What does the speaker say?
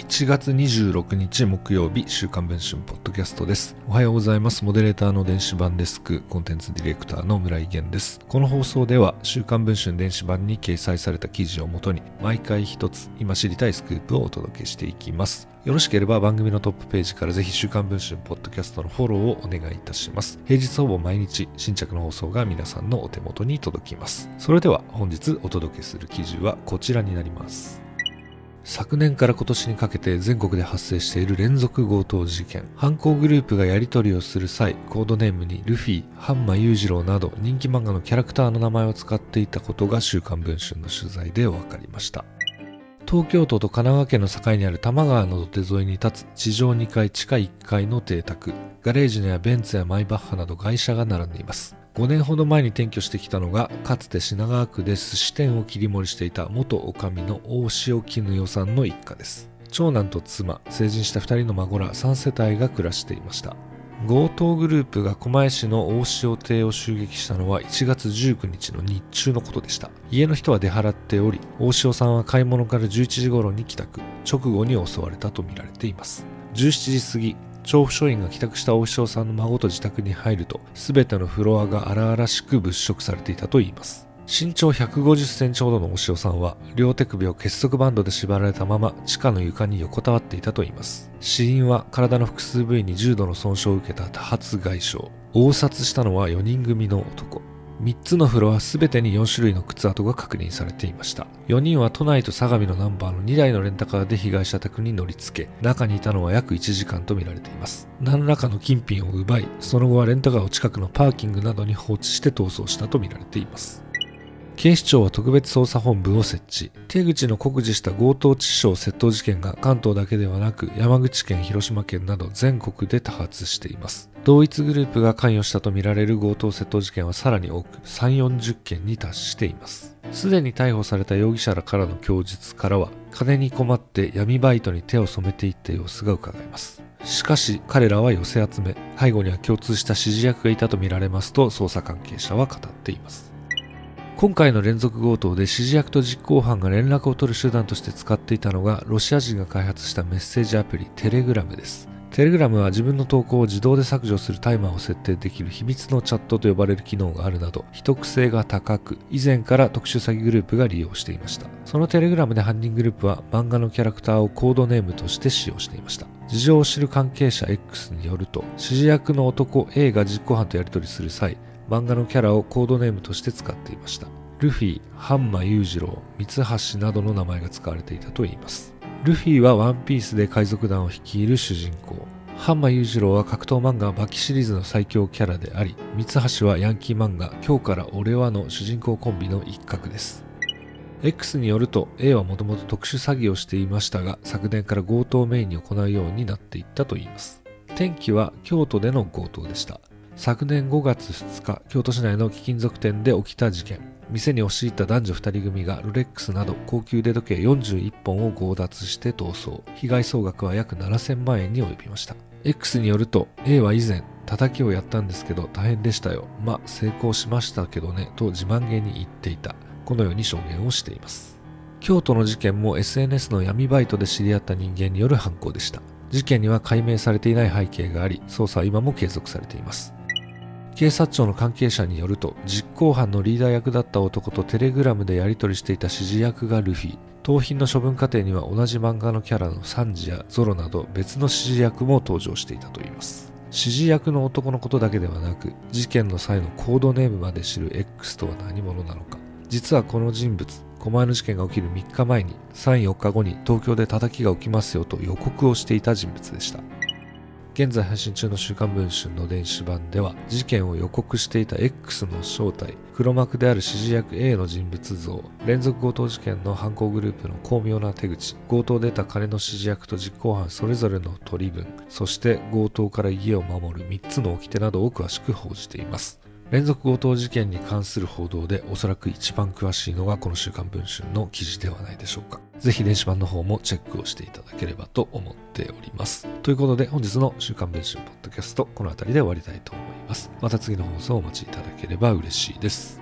1月26日木曜日、週刊文春ポッドキャストです。おはようございます。モデレーターの電子版デスクコンテンツディレクターの村井源です。この放送では週刊文春電子版に掲載された記事をもとに毎回一つ今知りたいスクープをお届けしていきます。よろしければ番組のトップページからぜひ週刊文春ポッドキャストのフォローをお願いいたします。平日ほぼ毎日新着の放送が皆さんのお手元に届きます。それでは本日お届けする記事はこちらになります。昨年から今年にかけて全国で発生している連続強盗事件。犯行グループがやり取りをする際、コードネームにルフィ、半間裕次郎など人気漫画のキャラクターの名前を使っていたことが週刊文春の取材で分かりました。東京都と神奈川県の境にある多摩川の土手沿いに立つ地上2階地下1階の邸宅。ガレージにはベンツやマイバッハなど外車が並んでいます。5年ほど前に転居してきたのが、かつて品川区で寿司店を切り盛りしていた元女将の大塩衣代さんの一家です。長男と妻、成人した2人の孫ら3世帯が暮らしていました。強盗グループが狛江市の大塩邸を襲撃したのは1月19日の日中のことでした。家の人は出払っており、大塩さんは買い物から11時頃に帰宅、直後に襲われたとみられています。17時過ぎ、調布署員が帰宅した大塩さんの孫と自宅に入ると、すべてのフロアが荒々しく物色されていたといいます。身長150センチほどの大塩さんは、両手首を結束バンドで縛られたまま地下の床に横たわっていたといいます。死因は体の複数部位に重度の損傷を受けた多発外傷。殴殺したのは4人組の男。3つのフロアすべてに4種類の靴跡が確認されていました。4人は都内と相模のナンバーの2台のレンタカーで被害者宅に乗り付け、中にいたのは約1時間とみられています。何らかの金品を奪い、その後はレンタカーを近くのパーキングなどに放置して逃走したとみられています。警視庁は特別捜査本部を設置。手口の酷似した強盗致傷窃盗事件が関東だけではなく山口県、広島県など全国で多発しています。同一グループが関与したとみられる強盗窃盗事件はさらに多く3、40件に達しています。すでに逮捕された容疑者らからの供述からは、金に困って闇バイトに手を染めていった様子が伺えます。しかし彼らは寄せ集め、背後には共通した指示役がいたとみられますと捜査関係者は語っています。今回の連続強盗で指示役と実行犯が連絡を取る手段として使っていたのがロシア人が開発したメッセージアプリテレグラムです。テレグラムは自分の投稿を自動で削除するタイマーを設定できる秘密のチャットと呼ばれる機能があるなど秘匿性が高く、以前から特殊詐欺グループが利用していました。そのテレグラムで犯人グループは漫画のキャラクターをコードネームとして使用していました。事情を知る関係者 X によると、指示役の男 A が実行犯とやり取りする際、漫画のキャラをコードネームとして使っていました。ルフィ、半間裕次郎、三橋などの名前が使われていたといいます。ルフィはワンピースで海賊団を率いる主人公。半間裕次郎は格闘漫画バキシリーズの最強キャラであり、三橋はヤンキー漫画今日から俺はの主人公コンビの一角です。X によると A はもともと特殊詐欺をしていましたが、昨年から強盗をメインに行うようになっていったといいます。転機は京都での強盗でした。昨年5月2日、京都市内の貴金属店で起きた事件。店に押し入った男女2人組がロレックスなど高級腕時計41本を強奪して逃走。被害総額は約7000万円に及びました。X によると A は以前叩きをやったんですけど大変でしたよ。成功しましたけどねと自慢げに言っていた。このように証言をしています。京都の事件も SNS の闇バイトで知り合った人間による犯行でした。事件には解明されていない背景があり、捜査は今も継続されています。警察庁の関係者によると、実行犯のリーダー役だった男とテレグラムでやり取りしていた指示役がルフィ。盗品の処分過程には同じ漫画のキャラのサンジやゾロなど別の指示役も登場していたといいます。指示役の男のことだけではなく、事件の際のコードネームまで知る X とは何者なのか。実はこの人物、狛江の事件が起きる3日前に3、4日後に東京で叩きが起きますよと予告をしていた人物でした。現在配信中の週刊文春の電子版では、事件を予告していた X の正体、黒幕である指示役 A の人物像、連続強盗事件の犯行グループの巧妙な手口、強盗で得た金の指示役と実行犯それぞれの取り分、そして強盗から家を守る3つの掟などを詳しく報じています。連続強盗事件に関する報道でおそらく一番詳しいのがこの週刊文春の記事ではないでしょうか。ぜひ電子版の方もチェックをしていただければと思っております。ということで本日の週刊文春ポッドキャストこの辺りで終わりたいと思います。また次の放送をお待ちいただければ嬉しいです。